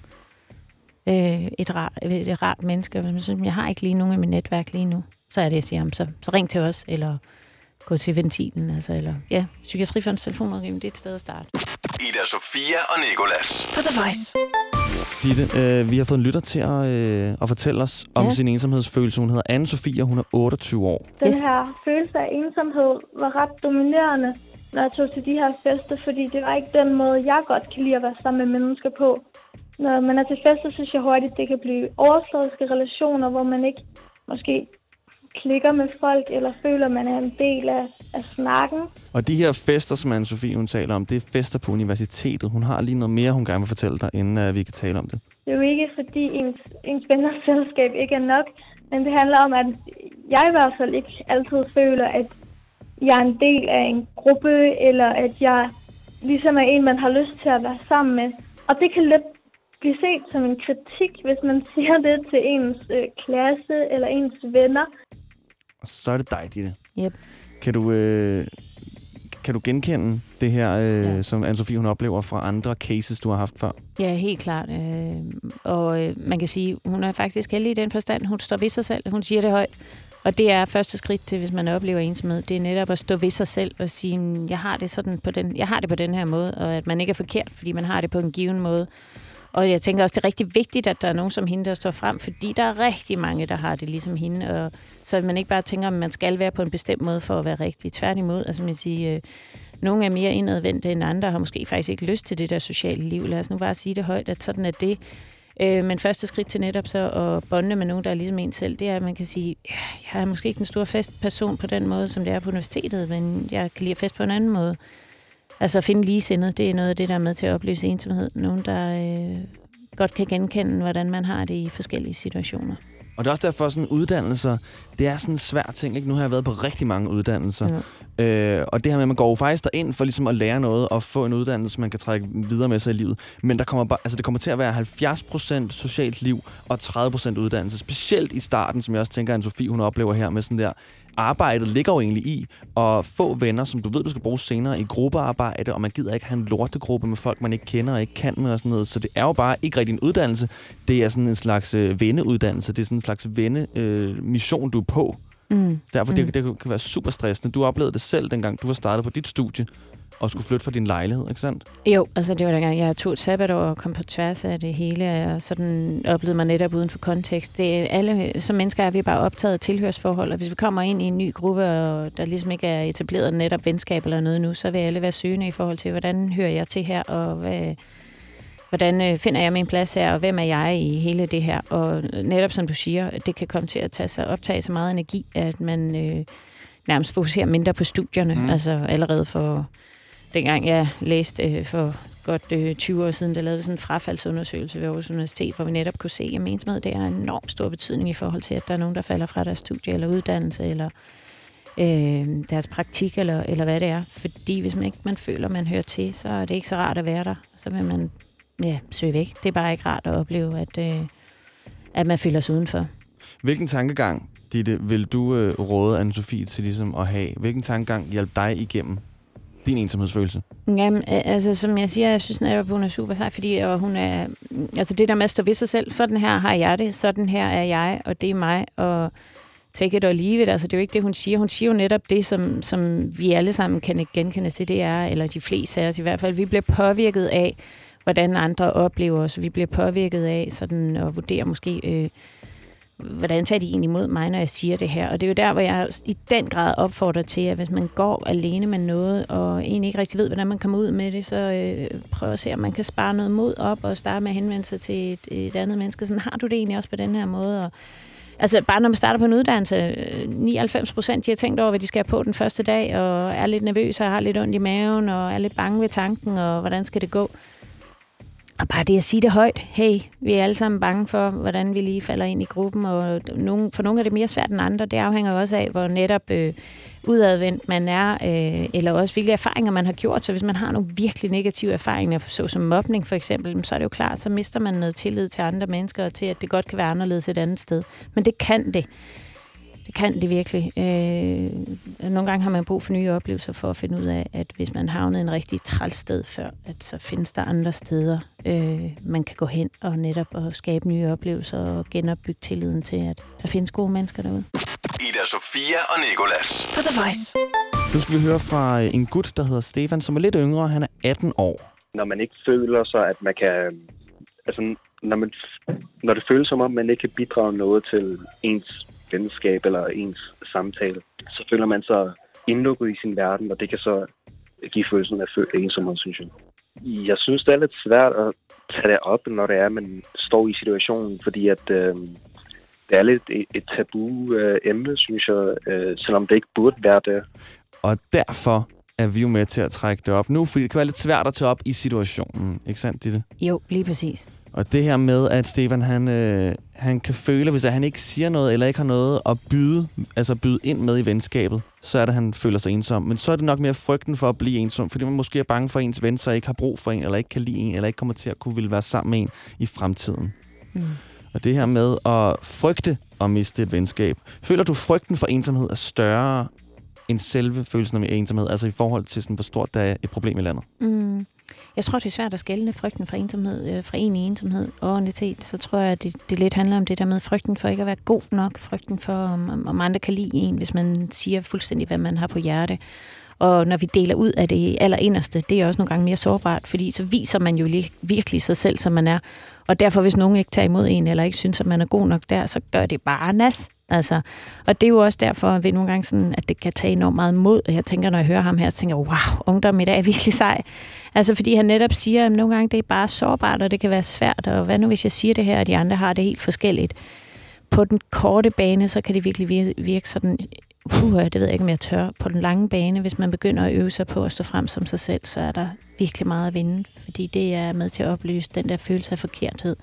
Øh, et, rart, et rart menneske, hvis man synes, jeg har ikke lige nogen i mit netværk lige nu, så er det, jeg siger, så, så ring til os, eller gå til ventilen, altså, eller ja, Psykiatrifondens telefonrådgivning, det er et sted at starte. Ida Sofia og Nicolas. På The Voice. Ditte, øh, vi har fået en lytter til at, øh, at fortælle os om Ja. sin ensomhedsfølelse. Hun hedder Anne Sofia, hun er otteogtyve år. Den Yes. her følelse af ensomhed var ret dominerende, når jeg tog til de her fester, fordi det var ikke den måde, jeg godt kan lide at være sammen med mennesker på. Når man er til fester, synes jeg hurtigt, det kan blive overfladiske relationer, hvor man ikke måske klikker med folk, eller føler, man er en del af, af snakken. Og de her fester, som Anne Sofie hun taler om, det er fester på universitetet. Hun har lige noget mere, hun gerne vil fortælle dig, inden uh, vi kan tale om det. Det er jo ikke, fordi ens, ens venners selskab ikke er nok, men det handler om, at jeg i hvert fald ikke altid føler, at jeg er en del af en gruppe, eller at jeg ligesom er en, man har lyst til at være sammen med. Og det kan lidt blive set som en kritik, hvis man siger det til ens øh, klasse eller ens venner. Og så er det dig, Ditte. Yep. Kan du, øh, kan du genkende det her, øh, Ja. som Anne Sofie hun oplever fra andre cases, du har haft før? Ja, helt klart. Øh, og øh, man kan sige, hun er faktisk heldig i den forstand. Hun står ved sig selv. Hun siger det højt. Og det er første skridt til, hvis man oplever ensomhed. Det er netop at stå ved sig selv og sige, jeg har det sådan på den, jeg har det på den her måde, og at man ikke er forkert, fordi man har det på en given måde. Og jeg tænker også, det er rigtig vigtigt, at der er nogen som hende, der står frem, fordi der er rigtig mange, der har det ligesom hende. Og så man ikke bare tænker, at man skal være på en bestemt måde for at være rigtig. Tværtimod, altså man siger, øh, nogle er mere indadvendte end andre, har måske faktisk ikke lyst til det der sociale liv. Lad os nu bare sige det højt, at sådan er det. Øh, men første skridt til netop så at bonde med nogen, der er ligesom en selv, det er, at man kan sige, ja, jeg er måske ikke en stor festperson på den måde, som det er på universitetet, men jeg kan lide at feste på en anden måde. Altså at finde ligesindet, det er noget af det, der er med til at opleve ensomhed. Nogen, der øh, godt kan genkende, hvordan man har det i forskellige situationer. Og det er også derfor, sådan uddannelser, det er sådan en svær ting. Ikke? Nu har jeg været på rigtig mange uddannelser. Ja. Øh, og det her med, at man går jo faktisk derind for ligesom at lære noget og få en uddannelse, man kan trække videre med sig i livet. Men der kommer bare, altså det kommer til at være halvfjerds procent socialt liv og tredive procent uddannelse. Specielt i starten, som jeg også tænker, at Anne-Sophie hun oplever her med sådan der. Arbejdet ligger jo egentlig i at få venner, som du ved, du skal bruge senere i gruppearbejde, og man gider ikke have en lortegruppe med folk, man ikke kender og ikke kan med og sådan noget. Så det er jo bare ikke rigtig en uddannelse. Det er sådan en slags øh, venneuddannelse. Det er sådan en slags vennemission, øh, du er på. Mm. Derfor mm. Det, det kan være super stressende. Du oplevede det selv, dengang du var startet på dit studie og skulle flytte fra din lejlighed, ikke sandt? Jo, altså det var dengang, jeg tog et sabbatår og kom på tværs af det hele, og sådan oplevede mig netop uden for kontekst. Det er alle, som mennesker er vi bare optaget af tilhørsforhold, og hvis vi kommer ind i en ny gruppe, og der ligesom ikke er etableret netop venskab eller noget nu, så vil alle være søgende i forhold til, hvordan hører jeg til her, og hvad, hvordan finder jeg min plads her, og hvem er jeg i hele det her. Og netop som du siger, det kan komme til at tage sig, optage så meget energi, at man øh, nærmest fokuserer mindre på studierne, mm. altså allerede for... Dengang jeg læste øh, for godt øh, tyve år siden, der lavede sådan en frafaldsundersøgelse ved Aarhus Universitet, hvor vi netop kunne se, at ensomhed, det har enormt stor betydning i forhold til, at der er nogen, der falder fra deres studie eller uddannelse, eller øh, deres praktik, eller, eller hvad det er. Fordi hvis man ikke man føler, man hører til, så er det ikke så rart at være der. Så vil man ja, søge væk. Det er bare ikke rart at opleve, at, øh, at man føler sig udenfor. Hvilken tankegang, Ditte, vil du øh, råde Anne-Sophie til ligesom at have? Hvilken tankegang hjalp dig igennem din ensomhedsfølelse? Jamen, altså som jeg siger, jeg synes netop, hun er super sej, fordi og hun er, altså det der med at stå ved sig selv, sådan her har jeg det, sådan her er jeg, og det er mig, og take it or leave it, altså det er jo ikke det, hun siger. Hun siger jo netop det, som, som vi alle sammen kan genkende til, det er, eller de fleste af os i hvert fald, vi bliver påvirket af, hvordan andre oplever os, vi bliver påvirket af sådan at vurdere måske, øh, hvordan tager de egentlig imod mig, når jeg siger det her? Og det er jo der, hvor jeg i den grad opfordrer til, at hvis man går alene med noget, og egentlig ikke rigtig ved, hvordan man kommer ud med det, så øh, prøv at se, om man kan spare noget mod op, og starte med at henvende sig til et, et andet menneske. Sådan, har du det egentlig også på den her måde? Og, altså, bare når man starter på en uddannelse, nioghalvfems procent de har tænkt over, hvad de skal have på den første dag, og er lidt nervøse, og har lidt ondt i maven, og er lidt bange ved tanken, og hvordan skal det gå? Og bare det at sige det højt, hey, vi er alle sammen bange for, hvordan vi lige falder ind i gruppen, og nogen, for nogle er det mere svært end andre. Det afhænger også af, hvor netop øh, udadvendt man er, øh, eller også hvilke erfaringer man har gjort. Så hvis man har nogle virkelig negative erfaringer, såsom mobning for eksempel, så er det jo klart, så mister man noget tillid til andre mennesker, og til at det godt kan være anderledes et andet sted. Men det kan det. Det kan det virkelig. Øh, nogle gange har man brug for nye oplevelser for at finde ud af, at hvis man havnet en rigtig træls sted før, at så findes der andre steder, øh, man kan gå hen og netop og skabe nye oplevelser og genopbygge tilliden til, at der findes gode mennesker derude. Ida Sofia og Nicolas. På The Voice. Nu skal vi høre fra en gut, der hedder Stefan, som er lidt yngre. Han er atten år. Når man ikke føler sig, at man kan... Altså, når, man, når det føles som om, man ikke kan bidrage noget til ens venskab eller ens samtale, så føler man sig indlukket i sin verden, og det kan så give følelsen af ensomhed, synes jeg. Jeg synes, det er lidt svært at tage det op, når det er, man står i situationen, fordi at øh, det er lidt et, et tabu øh, emne, synes jeg, øh, selvom det ikke burde være det. Og derfor er vi jo med til at trække det op nu, fordi det kan være lidt svært at tage op i situationen, ikke sandt, Ditte? Jo, lige præcis. Og det her med, at Stefan, han, øh, han kan føle, hvis han ikke siger noget, eller ikke har noget at byde, altså byde ind med i venskabet, så er det, han føler sig ensom. Men så er det nok mere frygten for at blive ensom, fordi man måske er bange for, at ens ven så ikke har brug for en, eller ikke kan lide en, eller ikke kommer til at kunne ville være sammen med en i fremtiden. Mm. Og det her med at frygte at miste et venskab. Føler du, frygten for ensomhed er større end selve følelsen af ensomhed, altså i forhold til, sådan, hvor stort der er et problem i landet? Mm. Jeg tror, det er svært at skelne frygten fra ensomhed, fra en i ensomhed og identitet. Så tror jeg, at det, det lidt handler om det der med frygten for ikke at være god nok, frygten for, om, om andre kan lide en, hvis man siger fuldstændig, hvad man har på hjerte. Og når vi deler ud af det allerinderste, det er også nogle gange mere sårbart, fordi så viser man jo virkelig sig selv, som man er. Og derfor, hvis nogen ikke tager imod en, eller ikke synes, at man er god nok der, så gør det bare nas. Altså, og det er jo også derfor, at vi nogle gange sådan, at det kan tage enormt meget mod. Og jeg tænker, når jeg hører ham her, så tænker jeg, wow, ungdom i dag er virkelig sej. Altså, fordi han netop siger, at nogle gange det er bare sårbart, og det kan være svært. Og hvad nu, hvis jeg siger det her, og de andre har det helt forskelligt? På den korte bane, så kan det virkelig virke, virke sådan, uh, det ved jeg ikke, om jeg tør. På den lange bane, hvis man begynder at øve sig på at stå frem som sig selv, så er der virkelig meget at vinde. Fordi det er med til at oplyse den der følelse af forkerthed.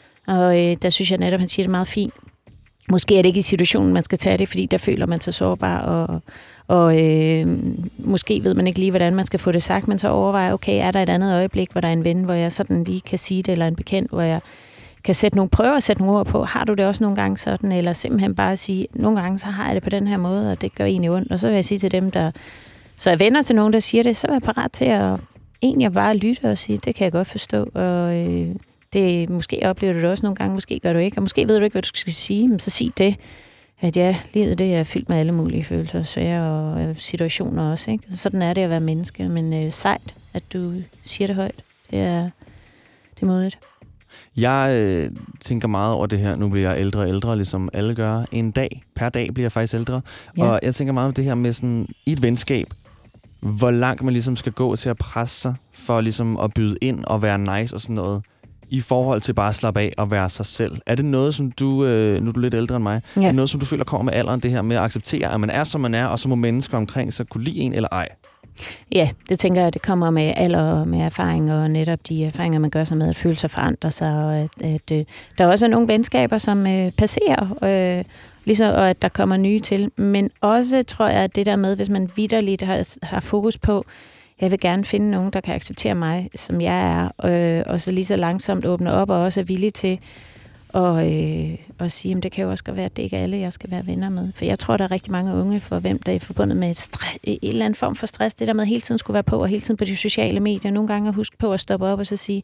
Og øh, der synes jeg netop, han siger det meget fint. Måske er det ikke i situationen, man skal tage det, fordi der føler man sig sårbar, og, og øh, måske ved man ikke lige, hvordan man skal få det sagt, men så overvejer, okay, er der et andet øjeblik, hvor der er en ven, hvor jeg sådan lige kan sige det, eller en bekendt, hvor jeg kan sætte nogle prøver at sætte nogle ord på. Har du det også nogle gange sådan, eller simpelthen bare sige, nogle gange så har jeg det på den her måde, og det gør egentlig ondt. Og så vil jeg sige til dem, der så er venner til nogen, der siger det, så er jeg parat til at egentlig bare lytte og sige, det kan jeg godt forstå, og øh, det, måske oplever du det også nogle gange, måske gør du ikke, og måske ved du ikke, hvad du skal sige, men så sig det, at ja, livet det er fyldt med alle mulige følelser, svære og situationer også, ikke? Sådan er det at være menneske, men øh, sejt, at du siger det højt, det er, det er modigt. Jeg øh, tænker meget over det her. Nu bliver jeg ældre og ældre, ligesom alle gør. En dag, per dag bliver jeg faktisk ældre. Ja. Og jeg tænker meget om det her med sådan, i et venskab, hvor langt man ligesom skal gå til at presse sig, for ligesom at byde ind og være nice og sådan noget, i forhold til bare at slappe af og være sig selv. Er det noget, som du, øh, nu er du lidt ældre end mig, ja. Er det noget, som du føler kommer med alderen, det her med at acceptere, at man er, som man er, og så må mennesker omkring sig kunne lide en eller ej? Ja, det tænker jeg, det kommer med alder og med erfaring, og netop de erfaringer, man gør sig med, at følelser forandrer sig, og at, at øh, der også er nogle venskaber, som øh, passerer, øh, ligesom, og at der kommer nye til. Men også, tror jeg, at det der med, hvis man vitterligt har, har fokus på, jeg vil gerne finde nogen, der kan acceptere mig, som jeg er, øh, og så lige så langsomt åbne op, og også er villig til Og, øh, og sige, at det kan jo også godt være, at det ikke er alle, jeg skal være venner med. For jeg tror, der er rigtig mange unge, for hvem der er forbundet med et, stress, et eller andet form for stress. Det der med, at hele tiden skulle være på, og hele tiden på de sociale medier. Nogle gange at huske på at stoppe op og så sige,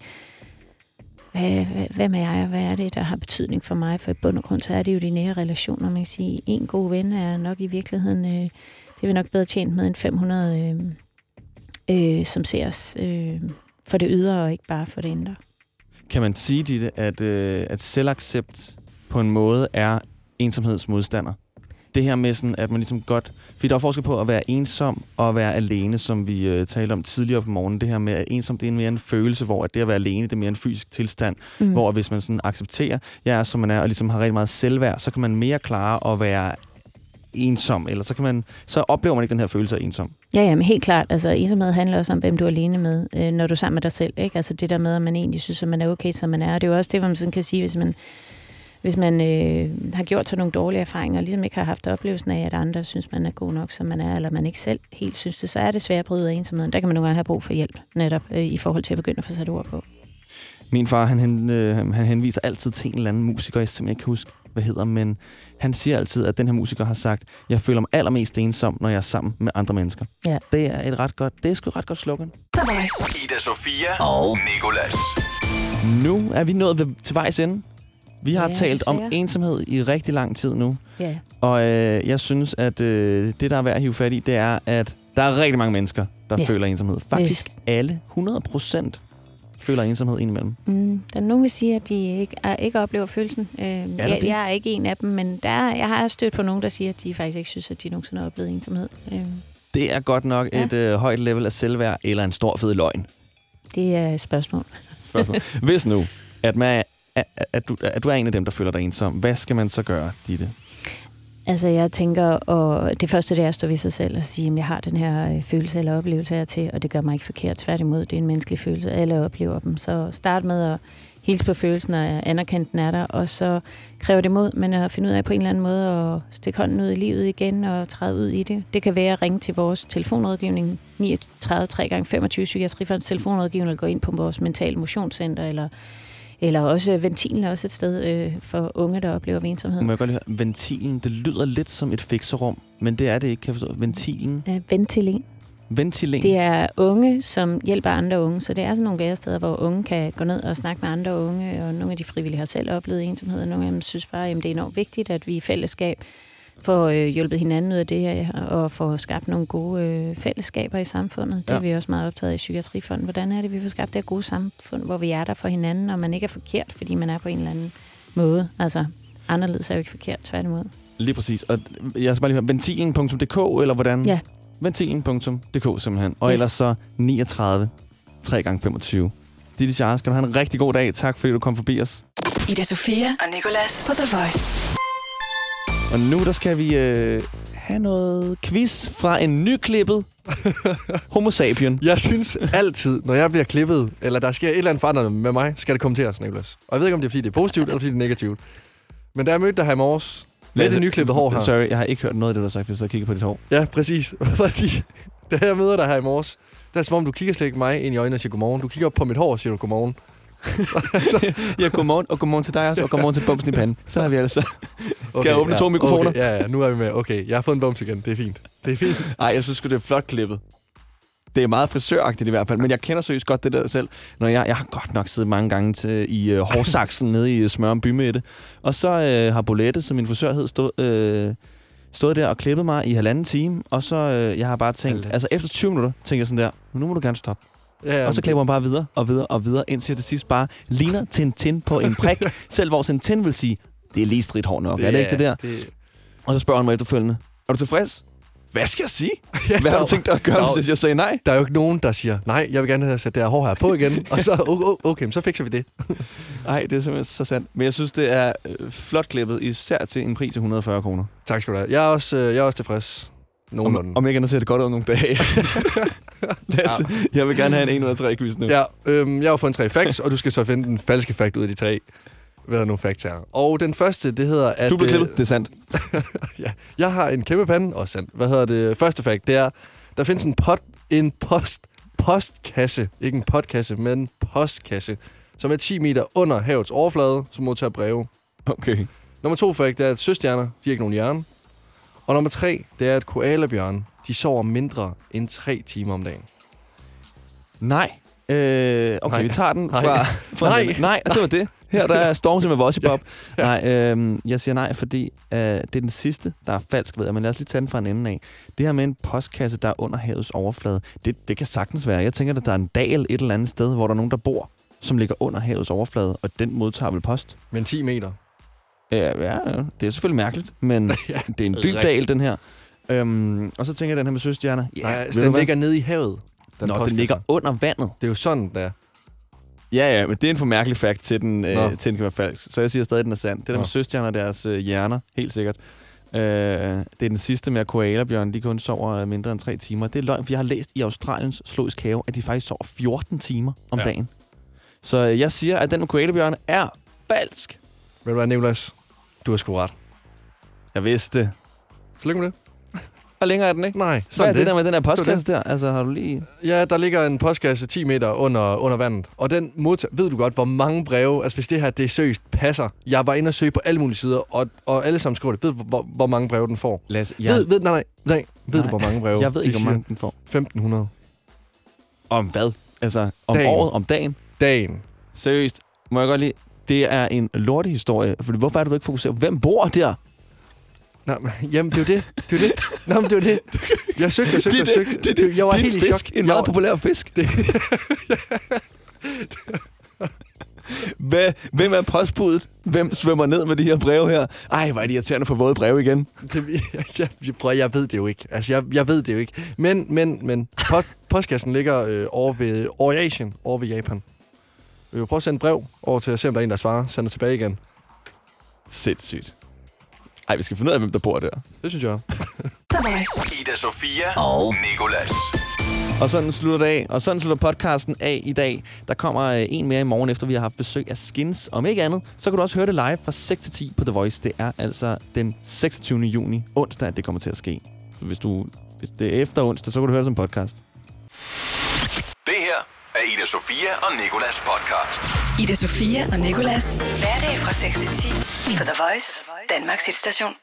hvem er jeg, og hvad er det, der har betydning for mig? For i bund og grund, så er det jo de nære relationer. Man kan sige, en god ven er nok i virkeligheden, øh, det er vi nok bedre tjent med end fem hundrede, øh, øh, som ser os øh, for det ydre, og ikke bare for det indre. Kan man sige, Ditte, at, øh, at selvaccept på en måde er ensomhedsmodstander? Det her med sådan, at man ligesom godt... Fordi der er forskel på at være ensom og at være alene, som vi øh, talte om tidligere på morgenen. Det her med, at ensom, det er mere en følelse, hvor at det at være alene, det er mere en fysisk tilstand. Mm. Hvor hvis man sådan accepterer, jeg er som man er, og ligesom har rigtig meget selvværd, så kan man mere klare at være ensom. Eller så, kan man, så oplever man ikke den her følelse af ensom. Ja, ja, men helt klart. Altså, ensomhed handler også om, hvem du er alene med, øh, når du er sammen med dig selv. Ikke? Altså det der med, at man egentlig synes, at man er okay, som man er. Og det er jo også det, hvor man sådan kan sige, hvis man... Hvis man øh, har gjort sig nogle dårlige erfaringer, og ligesom ikke har haft oplevelsen af, at andre synes, man er god nok, som man er, eller man ikke selv helt synes det, så er det svært at bryde af ensomheden. Der kan man nogle gange have brug for hjælp, netop øh, i forhold til at begynde at få sat ord på. Min far, han, han, øh, han henviser altid til en eller anden musiker, jeg simpelthen ikke kan huske, hvad hedder, men han siger altid, at den her musiker har sagt, jeg føler mig allermest ensom, når jeg er sammen med andre mennesker. Ja. Det er et ret godt, det er sgu et ret godt slogan. Ida Sofia og Nicolas. Nu er vi nået ved, til vejs ende. Vi har ja, talt om ensomhed i rigtig lang tid nu. Ja. Og øh, jeg synes, at øh, det, der er værd at hive fat i, det er, at der er rigtig mange mennesker, der ja. føler ensomhed. Faktisk yes. alle hundrede procent føler ensomhed indimellem. Mm, der er nogen, der vil sige, at de ikke, er, ikke oplever følelsen. Øh, jeg, jeg er ikke en af dem, men der er, jeg har stødt på nogen, der siger, at de faktisk ikke synes, at de nogensinde har oplevet ensomhed. Øh. Det er godt nok ja. et øh, højt level af selvværd, eller en stor fed løgn. Det er et spørgsmål. spørgsmål. Hvis nu, at man At, at, du, at du er en af dem, der føler dig ensom. Hvad skal man så gøre, Ditte? Altså, jeg tænker, og det første, det er at stå ved sig selv og sige, at jeg har den her følelse eller oplevelse her til, og det gør mig ikke forkert. Tværtimod, det er en menneskelig følelse. Alle oplever dem. Så start med at hilse på følelsen og anerkende, den er der, og så kræver det mod, men at finde ud af på en eller anden måde at stikke hånden ud i livet igen og træde ud i det. Det kan være at ringe til vores telefonrådgivning niogtredive tre gange femogtyve Psykiatrifonds telefonrådgivning, eller gå ind på vores mentale motionscenter, eller Eller også ventilen er også et sted øh, for unge, der oplever ensomhed. Må jeg godt høre, ventilen, det lyder lidt som et fikserum, men det er det ikke, kan jeg forstå. Ventilen? Ja, ventilen. Ventilen? Det er unge, som hjælper andre unge, så det er sådan nogle væresteder, hvor unge kan gå ned og snakke med andre unge, og nogle af de frivillige har selv oplevet ensomhed, og nogle af dem synes bare, at det er enormt vigtigt, at vi i fællesskab får øh, hjulpet hinanden ud af det her, og får skabt nogle gode øh, fællesskaber i samfundet. Det ja. er vi også meget optaget af i Psykiatrifonden. Hvordan er det, vi får skabt det her gode samfund, hvor vi er der for hinanden, og man ikke er forkert, fordi man er på en eller anden måde. Altså, anderledes er jo ikke forkert, tværtimod. Lige præcis. Og jeg skal bare lige høre, ventilen punktum d k, eller hvordan? Ja. Ventilen punktum d k simpelthen. Og yes. ellers så niogtredive tre gange femogtyve. Ditte Charles, skal du have en rigtig god dag. Tak, fordi du kom forbi os. Ida Sofia og Nicolas på The Voice. Og nu der skal vi øh, have noget quiz fra en nyklippet Homo sapien. Jeg synes altid, når jeg bliver klippet, eller der sker et eller andet forandrende med mig, skal det kommenteres, Nicolas. Og jeg ved ikke, om det er, fordi det er positivt, eller fordi det er negativt. Men da jeg mødte dig her i morges, med det nyklippede hår her. Sorry, jeg har ikke hørt noget af det, du har sagt, hvis jeg kigger på dit hår. Ja, præcis. Fordi da jeg møder dig her i morges, der er som om, du kigger slet ikke mig ind i øjnene og siger godmorgen. Du kigger op på mit hår og siger du godmorgen. Ja, godmorgen, og godmorgen til dig også, og godmorgen til bumsen i panden. Så har vi altså. Skal okay, jeg åbne ja, to mikrofoner? Okay, ja, ja, nu er vi med. Okay, jeg har fået en bums igen. Det er fint. Det er fint. Ej, jeg synes det er flot klippet. Det er meget frisøragtigt i hvert fald, men jeg kender seriøst godt det der selv. Når jeg, jeg har godt nok siddet mange gange til, i uh, hårsaksen nede i Smørum Bymidte, og så uh, har Bolette, som min frisør hed, stod, uh, stået der og klippet mig i halvanden time, og så uh, jeg har bare tænkt, Alde. altså efter tyve minutter, tænker jeg sådan der, nu må du gerne stoppe. Ja, ja, og så klipper man bare videre og videre og videre, indtil jeg til sidst bare ligner Tintin på en prik. Selv hvor Tintin vil sige, det er lige stridt hår nok, det er det ikke det der? Det... Og så spørger han mig efterfølgende, er du tilfreds? Hvad skal jeg sige? Ja, hvad har du tænkt dig at gøre, der, hvis jeg sagde nej? Der er jo ikke nogen, der siger, nej, jeg vil gerne have sat det her hår her på igen. Og så, okay, okay, så fikser vi det. Nej, det er simpelthen så sandt. Men jeg synes, det er øh, flot klippet, især til en pris af et hundrede og fyrre kroner. Tak skal du have. Jeg er også, øh, jeg er også tilfreds. Om, om jeg kan se det godt ud om nogle dage. Lasse, ja. Jeg vil gerne have en en ud af tre quiz nu. Ja, øhm, jeg har fået en tre facts, og du skal så finde den falske fact ud af de tre. Hvad er nogle facts her? Og den første, det hedder, at... Du blev klippet, det er sandt. Ja, jeg har en kæmpe pande, og sandt. Hvad hedder det? Første fact, det er, der findes en, pot, en post, postkasse, ikke en postkasse, men en postkasse, som er ti meter under havets overflade, som modtager breve. Okay. Nummer to fakt er, at søstjerner, de har ikke nogen hjerne. Og nummer tre, det er, at koalabjørn, de sover mindre end tre timer om dagen. Nej. Øh, okay, Nej. vi tager den Nej. fra... fra Nej. Den. Nej, det var det. Her der er Stormzy med Vossibop. Ja. Ja. Nej, øh, jeg siger nej, fordi øh, det er den sidste, der er falsk, ved jeg. Men lad os lige tage den fra en ende af. Det her med en postkasse, der er under havets overflade, det, det kan sagtens være. Jeg tænker, at der er en dal et eller andet sted, hvor der er nogen, der bor, som ligger under havets overflade, og den modtager vel post. Men ti meter. Ja, ja, det er selvfølgelig mærkeligt, men ja, det er en dyb dal, den her. Øhm, og så tænker jeg den her med søstjerner. Ja, Nej, den ligger nede i havet. Den Nå, den ligger under vandet. Det er jo sådan, der. Ja, ja, men det er en for mærkelig fakt til den, øh, til den kan være falsk. Så jeg siger stadig, at den er sand. Det der Nå. med søstjerner og deres øh, hjerner, helt sikkert. Øh, det er den sidste med, at koalabjørn, de kun sover mindre end tre timer. Det er løgn, for jeg har læst i Australiens zoologisk have, at de faktisk sover fjorten timer om ja. dagen. Så øh, jeg siger, at den med koalabjørn er falsk. Ved du hvad, Nicolas? Du har sgu ret. Jeg vidste det. Tillykke med det. Og længere er den ikke? Nej. Hvad er det, det der med den her postkasse der? Altså, har du lige... Ja, der ligger en postkasse ti meter under, under vandet. Og den modtager... Ved du godt, hvor mange breve... Altså, hvis det her, det seriøst passer. Jeg var inde og søge på alle mulige sider, og, og alle sammen skriver det. Ved du, hvor, hvor mange breve den får? Lad os, jeg... Ved, ved, nej, nej, nej. Ved nej. du, hvor mange breve? Jeg ved ikke, De hvor mange den får. femten hundrede. Om hvad? Altså, om dagen. året? Om dagen? Dagen. Seriøst. Må jeg godt lige... Det er en lortehistorie. For hvorfor er det, du ikke fokuserer? Hvem bor der? Nå, men, jamen, det er jo det. Det er jo det. Nå, men det er jo det. Jeg søgte, jeg søgte, jeg søgte. Det, det, det, jeg var det er helt en i fisk. chok. En meget populær fisk. Det. Hvad, hvem er postbudet? Hvem svømmer ned med de her breve her? Ej, hvor er det irriterende for våde breve igen. Det, jeg, jeg, prøver, jeg ved det jo ikke. Altså, jeg, jeg ved det jo ikke. Men, men, men post, postkassen ligger øh, over ved over i Asien, over ved Japan. Vi vil prøve at sende et brev over til at se, om der er en, der svarer. Send det tilbage igen. Sindssygt. Ej, vi skal finde ud af, hvem der bor der. Det synes jeg. Ida Sofia og Nicolas. Og sådan slutter det af. Og sådan slutter podcasten af i dag. Der kommer en mere i morgen, efter vi har haft besøg af Skins. Om ikke andet, så kan du også høre det live fra seks til ti på The Voice. Det er altså den seksogtyvende juni, onsdag, at det kommer til at ske. Så hvis, du, hvis det er efter onsdag, så kan du høre det som podcast. Det her er Ida Sofia og Nicolas podcast. Ida Sofia og Nicolas. Hverdag fra seks til ti på The Voice, Danmarks hitstation.